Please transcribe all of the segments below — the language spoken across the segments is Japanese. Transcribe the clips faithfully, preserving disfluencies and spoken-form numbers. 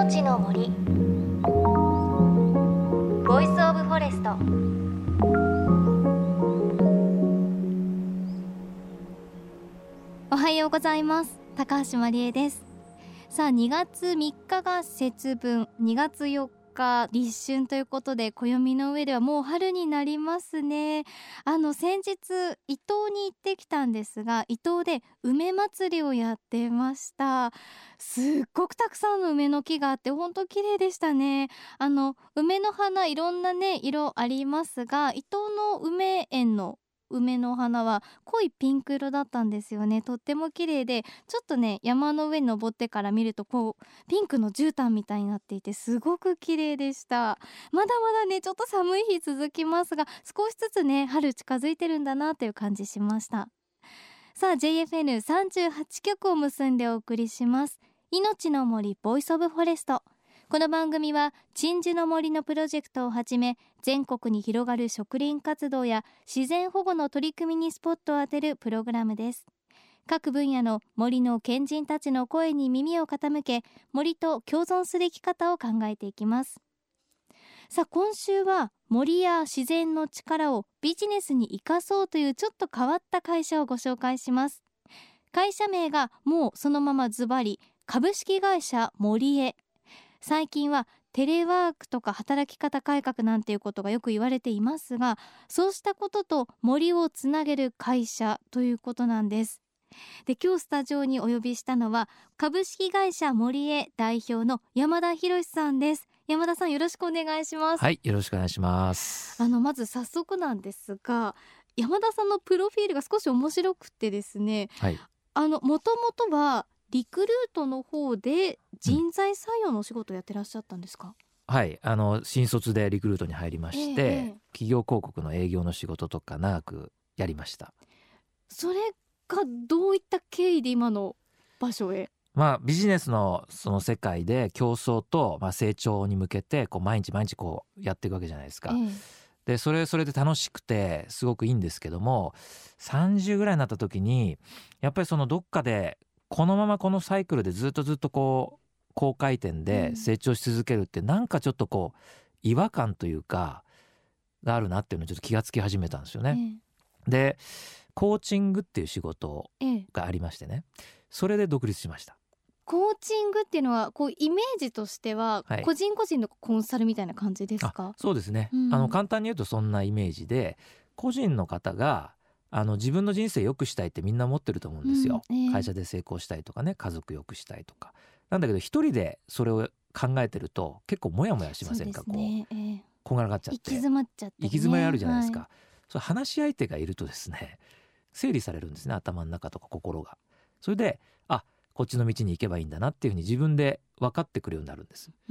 命の森ボイスオブフォレスト。 おはようございます。高橋まりえです。さあにがつみっかが節分、にがつよっか立春ということで、暦の上ではもう春になりますね。あの先日伊東に行ってきたんですが、伊東で梅祭りをやってました。すっごくたくさんの梅の木があって本当綺麗でしたね。あの梅の花いろんなね色ありますが、伊東の梅園の梅の花は濃いピンク色だったんですよね。とっても綺麗で、ちょっとね山の上に登ってから見るとこうピンクの絨毯みたいになっていてすごく綺麗でした。まだまだねちょっと寒い日続きますが、少しずつね春近づいてるんだなという感じしました。さあ ジェイエフエヌさんじゅうはち 局を結んでお送りします命の森ボイスオブフォレスト。この番組は鎮守の森のプロジェクトをはじめ、全国に広がる植林活動や自然保護の取り組みにスポットを当てるプログラムです。各分野の森の賢人たちの声に耳を傾け、森と共存する生き方を考えていきます。さあ今週は森や自然の力をビジネスに生かそうというちょっと変わった会社をご紹介します。会社名がもうそのままズバリ株式会社森へ。最近はテレワークとか働き方改革なんていうことがよく言われていますが、そうしたことと森をつなげる会社ということなんです。で今日スタジオにお呼びしたのは株式会社森へ代表の山田博さんです。山田さんよろしくお願いします。 はい、よろしくお願いします。 あのまず早速なんですが、山田さんのプロフィールが少し面白くてですね、 はい、 あのもともとはリクルートの方で人材採用のお仕事をやってらっしゃったんですか？ うん、はい、あの新卒でリクルートに入りまして、えー、企業広告の営業の仕事とか長くやりました。 それがどういった経緯で今の場所へ？ まあ、ビジネスのその世界で競争と、まあ、成長に向けてこう毎日毎日こうやっていくわけじゃないですか、えー、でそれそれで楽しくてすごくいいんですけども、さんじゅうぐらいになった時にやっぱりそのどっかでこのままこのサイクルでずっとずっとこう高回転で成長し続けるってなんかちょっとこう違和感というかがあるなっていうのをちょっと気がつき始めたんですよね、えー、でコーチングっていう仕事がありましてね、えー、それで独立しました。 コーチングっていうのはこうイメージとしては個人個人のコンサルみたいな感じですか？ はい、そうですね、 うん、 あの簡単に言うとそんなイメージで、個人の方があの自分の人生良くしたいってみんな思ってると思うんですよ、うんえー、会社で成功したいとかね、家族良くしたいとかなんだけど、一人でそれを考えてると結構モヤモヤしませんか？ そうですね、 こう、 えー、 こんがらがっちゃって行き詰まっちゃって、ね、 行き詰まりあるじゃないですか、 はい、 それ話し相手がいるとですね、整理されるんですね、頭の中とか心が。それであこっちの道に行けばいいんだなっていうふうに自分で分かってくるようになるんです、うん、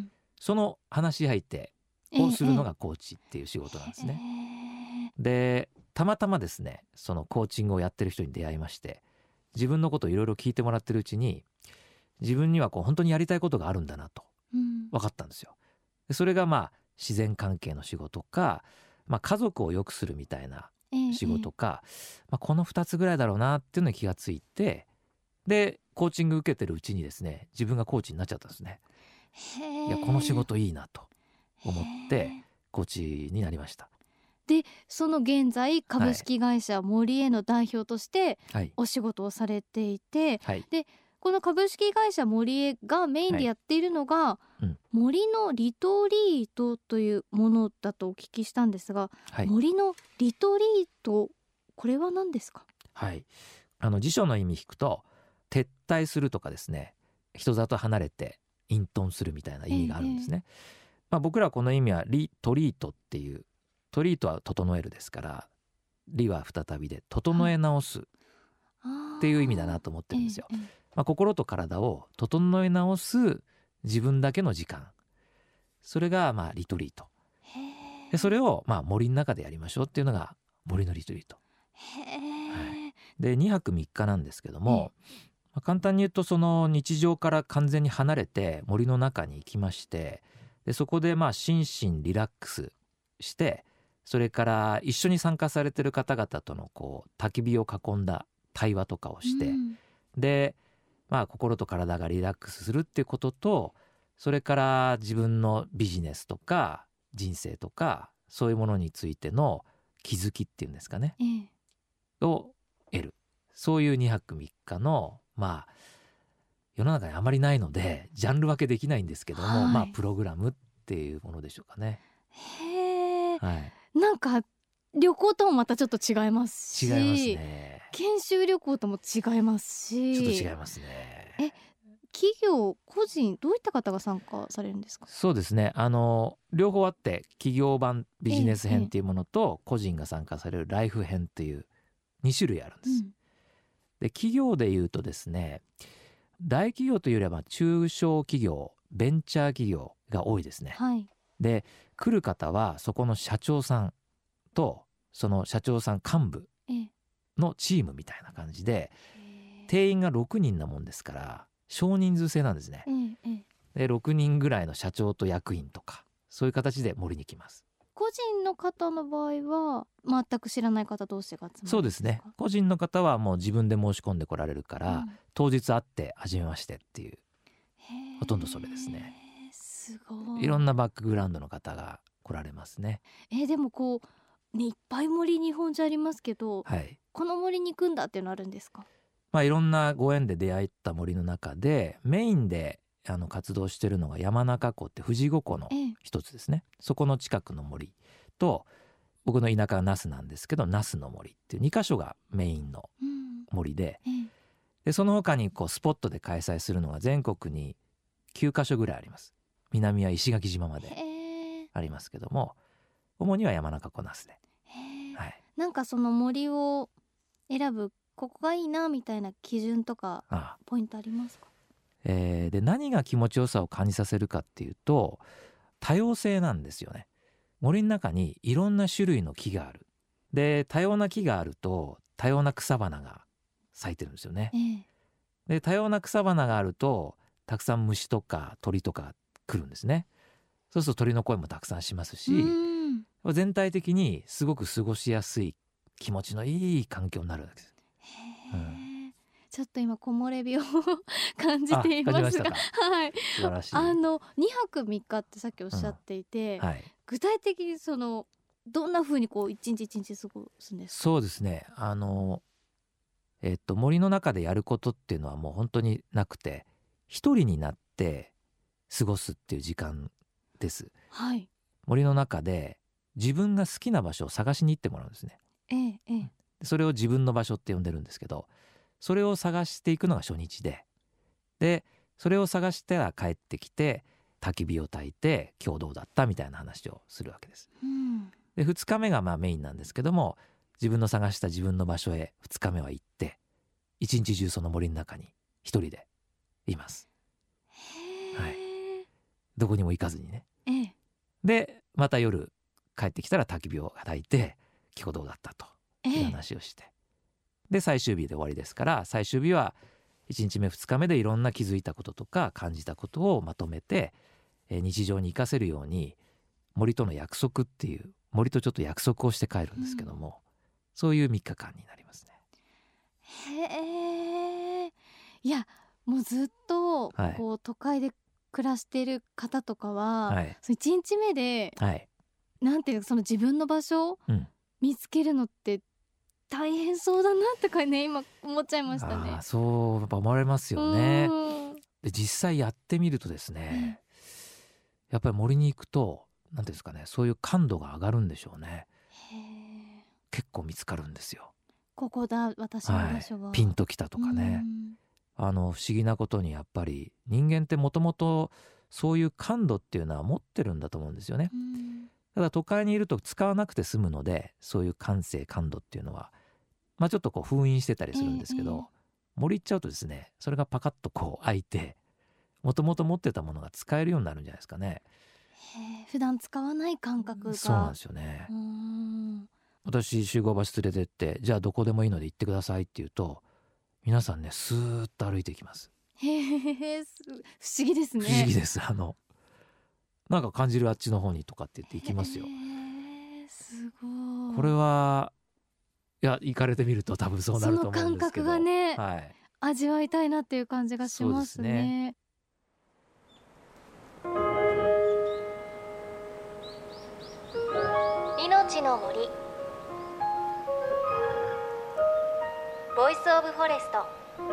その話し相手をするのがコーチっていう仕事なんですね、えー、でたまたまですね、そのコーチングをやってる人に出会いまして、自分のことをいろいろ聞いてもらってるうちに自分にはこう本当にやりたいことがあるんだなと分かったんですよ。でそれがまあ自然関係の仕事か、まあ、家族を良くするみたいな仕事か、えーまあ、このふたつぐらいだろうなっていうのに気がついて、でコーチング受けてるうちにですね、自分がコーチになっちゃったんですね。いやこの仕事いいなと思ってコーチになりました。 でその現在株式会社森への代表としてお仕事をされていて、はい、でこの株式会社森へがメインでやっているのが、はいうん、森のリトリートというものだとお聞きしたんですが、はい、森のリトリート、これは何ですか？ はい、あの辞書の意味引くと撤退するとかですね、人里離れて隠遁するみたいな意味があるんですね、えーまあ、僕らはこの意味はリトリートっていう、トリートは整えるですから、リは再びで整え直すっていう意味だなと思ってるんですよ、えーえーまあ、心と体を整え直す自分だけの時間、それがまあリトリートで、それをまあ森の中でやりましょうっていうのが森のリトリート、へー、はい、でにはくみっかなんですけども、まあ、簡単に言うとその日常から完全に離れて森の中に行きまして、でそこでまあ心身リラックスして、それから一緒に参加されてる方々とのこう焚き火を囲んだ対話とかをして、うん、で、まあ、心と体がリラックスするっていうことと、 それから自分のビジネスとか人生とかそういうものについての気づきっていうんですかね、 ええを得る、そういうにはくみっかのまあ世の中にあまりないのでジャンル分けできないんですけども、 はいまあプログラムっていうものでしょうかね。 へえ、 はい、 なんか旅行ともまたちょっと違いますし、 違いますね。 研修旅行とも違いますし、 ちょっと違いますね。 え企業個人どういった方が参加されるんですか？ そうですね、あの両方あって、企業版ビジネス編っていうものと個人が参加されるライフ編っていうに種類あるんです、 うんで企業でいうとですね、大企業というよりはまあ中小企業、ベンチャー企業が多いですね。 はいで来る方はそこの社長さんとその社長さん幹部ええのチームみたいな感じで、 へえ定員がろくにんなもんですから少人数制なんですね。 ええええでろくにんぐらいの社長と役員とかそういう形で盛りに来ます。 個人の方の場合は全く知らない方同士が集まるんですか？ そうですね、個人の方はもう自分で申し込んで来られるから、 うん当日会って初めましてっていう、 へえほとんどそれですね。 すごい。 いろんなバックグラウンドの方が来られますね。 えーでもこうねいっぱい森日本中ありますけど、 はいこの森に行くんだっていうのあるんですか？ まあ、いろんなご縁で出会った森の中でメインであの活動しているのが山中湖って富士五湖のええ一つですね。そこの近くの森と、僕の田舎は那須なんですけど那須の森っていうにかしょがメインのうん森で、 ええでその他にこうスポットで開催するのが全国にきゅうかしょぐらいあります。南は石垣島までへえありますけども、主には山中湖那須で、 へえはい、 なんかその森を選ぶここがいいなみたいな基準とかああポイントありますか？ えーで何が気持ちよさを感じさせるかっていうと、多様性なんですよね。森の中にいろんな種類の木がある。で多様な木があると多様な草花が咲いてるんですよね。 ええで多様な草花があるとたくさん虫とか鳥とか来るんですね。そうすると鳥の声もたくさんしますし、 うん全体的にすごく過ごしやすい気持ちのいい環境になるわけです。 へえちょっと今木漏れ日を感じていますが、 あ感じましたか。 はい素晴らしい。 あのにはくみっかってさっきおっしゃっていて、 はい、 具体的にそのどんな風にこう一日一日過ごすんですか？ そうですね、あのえっと森の中でやることっていうのはもう本当になくて、一人になって過ごすっていう時間です。 はい森の中で自分が好きな場所を探しに行ってもらうんですね。 ええええそれを自分の場所って呼んでるんですけど、それを探していくのが初日で、でそれを探しては帰ってきて焚き火を焚いて今日どうだったみたいな話をするわけです。 うんでふつかめがまあメインなんですけども、自分の探した自分の場所へふつかめは行って一日中その森の中に一人でいます。 へえ、 はいどこにも行かずにね。 ええでまた夜帰ってきたら焚き火を焚いて今日どうだったというええ話をして、で最終日で終わりですから、最終日はいちにちめふつかめでいろんな気づいたこととか感じたことをまとめて、えー日常に生かせるように森との約束っていう、森とちょっと約束をして帰るんですけども、そういうみっかかんになりますね。 へえいやもうずっとはいこう都会で暮らしている方とかは、 はいそのいちにちめではい、 なんていうかその自分の場所をうん、 見つけるのって大変そうだなってかね今思っちゃいましたねあー。そうやっぱ思われますよね。 うんで実際やってみるとですね、やっぱり森に行くとなんていうんですかね、そういう感度が上がるんでしょうね。 へえ結構見つかるんですよ。 ここだ私の場所は、 はい、ピンときたとかね、あの不思議なことにやっぱり人間ってもともとそういう感度っていうのは持ってるんだと思うんですよね。 うんうんただ都会にいると使わなくて済むので、そういう感性感度っていうのはまあちょっとこう封印してたりするんですけど、 ええ森行っちゃうとですね、それがパカッとこう開いてもともと持ってたものが使えるようになるんじゃないですかね。 へえ普段使わない感覚がそうなんですよね。 うん私集合場所連れてってじゃあどこでもいいので行ってくださいって言うと皆さんねスーッと歩いていきます。 へえす不思議ですね。 不思議です。あのなんか感じるあっちの方にとかって言って行きますよ。 へえすごい。 これはいや行かれてみると多分そうなると思うんですけど、 その感覚がねはい、 味わいたいなっていう感じがしますね。 命の森ボイスオブフォレスト。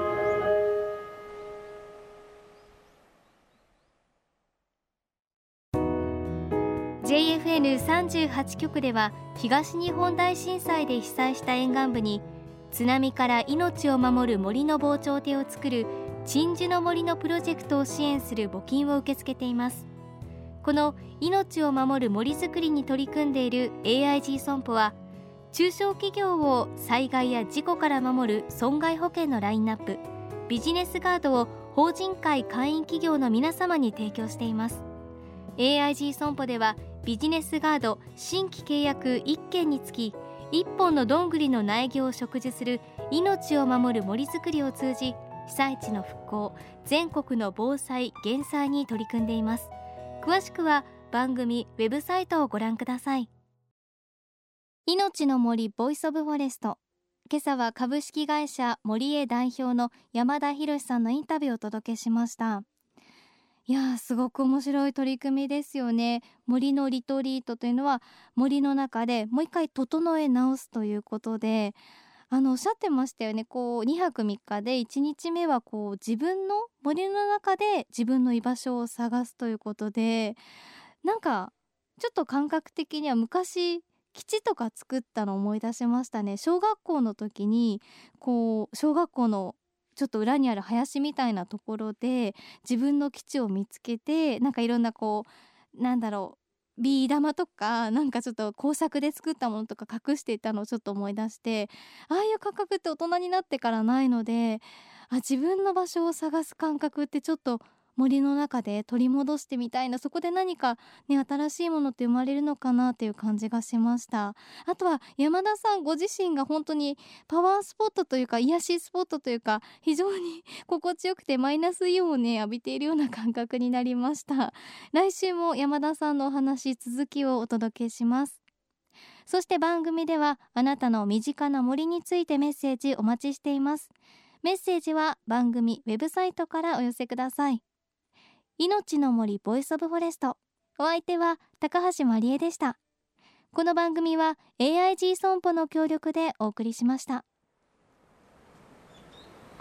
ジェイエフエヌさんじゅうはち 局では東日本大震災で被災した沿岸部に津波から命を守る森の防潮堤を作る鎮守の森のプロジェクトを支援する募金を受け付けています。この命を守る森づくりに取り組んでいる エーアイジー 損保は中小企業を災害や事故から守る損害保険のラインナップビジネスガードを法人会会員企業の皆様に提供しています。 エーアイジー 損保ではビジネスガード新規契約いっけんにつきいっぽんのどんぐりの苗木を植樹する命を守る森づくりを通じ被災地の復興、全国の防災・減災に取り組んでいます。詳しくは番組ウェブサイトをご覧ください。命の森ボイスオブフォレスト。今朝は株式会社森江代表の山田博さんのインタビューをお届けしました。いやー、すごく面白い取り組みですよね。森のリトリートというのは森の中でもう一回整え直すということで、あのおっしゃってましたよね。こうにはくみっかでいちにちめはこう自分の森の中で自分の居場所を探すということで、なんかちょっと感覚的には昔基地とか作ったのを思い出しましたね。小学校の時にこう小学校のちょっと裏にある林みたいなところで自分の基地を見つけて、なんかいろんなこうなんだろうビー玉とかなんかちょっと工作で作ったものとか隠していたのをちょっと思い出して、ああいう感覚って大人になってからないので、あ自分の場所を探す感覚ってちょっと森の中で取り戻してみたいな、そこで何かね新しいものって生まれるのかなっていう感じがしました。あとは山田さんご自身が本当にパワースポットというか癒しスポットというか非常に心地よくてマイナスイオンをね浴びているような感覚になりました。来週も山田さんのお話続きをお届けします。そして番組ではあなたの身近な森についてメッセージお待ちしています。メッセージは番組ウェブサイトからお寄せください。命の森ボイスオブフォレスト。お相手は高橋まりえでした。この番組は エーアイジー 損保の協力でお送りしました。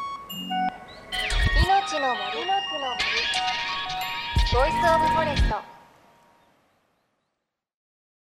命の森ボイスオブフォレスト。